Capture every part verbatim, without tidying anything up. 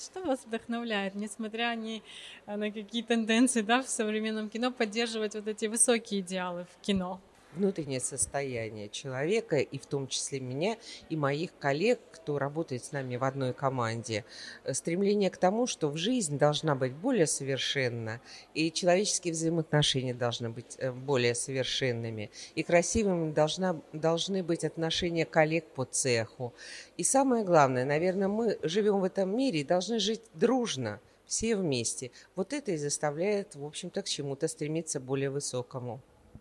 Что вас вдохновляет, несмотря ни а, на какие тенденции, да, в современном кино, поддерживать вот эти высокие идеалы в кино? Внутреннее состояние человека, и в том числе меня и моих коллег, кто работает с нами в одной команде. Э, Стремление к тому, что в жизнь должна быть более совершенна, и человеческие взаимоотношения должны быть э, более совершенными, и красивыми должна, должны быть отношения коллег по цеху. И самое главное, наверное, мы живем в этом мире и должны жить дружно, все вместе. Вот это и заставляет, в общем-то, к чему-то стремиться более высокому.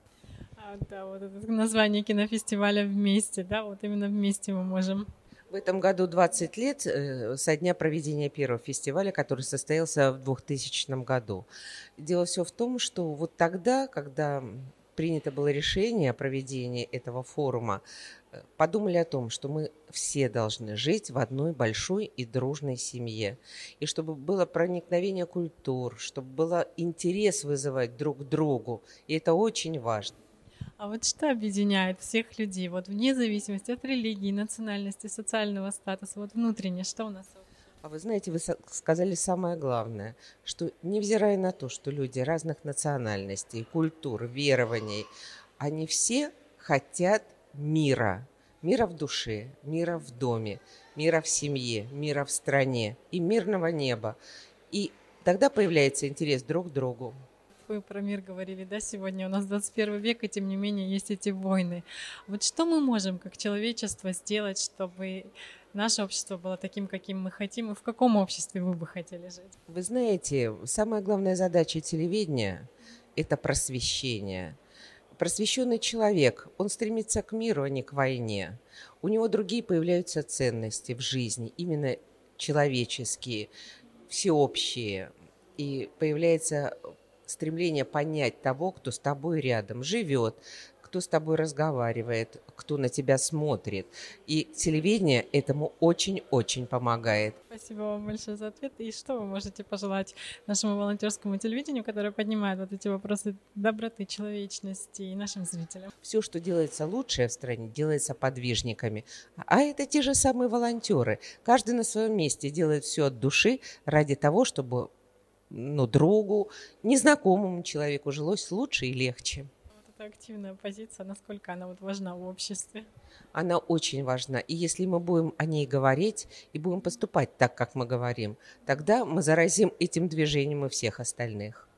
А, да, вот это название кинофестиваля «Вместе», да, вот именно вместе мы можем. В этом году двадцать лет э, со дня проведения первого фестиваля, который состоялся в двухтысячном году. Дело все в том, что вот тогда, когда принято было решение о проведении этого форума, э, подумали о том, что мы все должны жить в одной большой и дружной семье. И чтобы было проникновение культур, чтобы было интерес вызывать друг к другу. И это очень важно. А вот что объединяет всех людей, вот вне зависимости от религии, национальности, социального статуса, вот внутренне, что у нас общее? А вы знаете, вы со- сказали самое главное, что невзирая на то, что люди разных национальностей, культур, верований, они все хотят мира. Мира в душе, мира в доме, мира в семье, мира в стране и мирного неба. И тогда появляется интерес друг к другу. Вы про мир говорили, да, сегодня у нас двадцать первый век, и тем не менее есть эти войны. Вот что мы можем как человечество сделать, чтобы наше общество было таким, каким мы хотим, и в каком обществе вы бы хотели жить? Вы знаете, самая главная задача телевидения – это просвещение. Просвещенный человек, он стремится к миру, а не к войне. У него другие появляются ценности в жизни, именно человеческие, всеобщие. И появляется стремление понять того, кто с тобой рядом живет, кто с тобой разговаривает, кто на тебя смотрит. И телевидение этому очень-очень помогает. Спасибо вам большое за ответ. И что вы можете пожелать нашему волонтерскому телевидению, которое поднимает вот эти вопросы доброты, человечности и нашим зрителям? Все, что делается лучшее в стране, делается подвижниками. А это те же самые волонтеры. Каждый на своем месте делает все от души ради того, чтобы ну, другу, незнакомому человеку жилось лучше и легче. Вот эта активная позиция, насколько она вот важна в обществе? Она очень важна. И если мы будем о ней говорить и будем поступать так, как мы говорим, тогда мы заразим этим движением и всех остальных.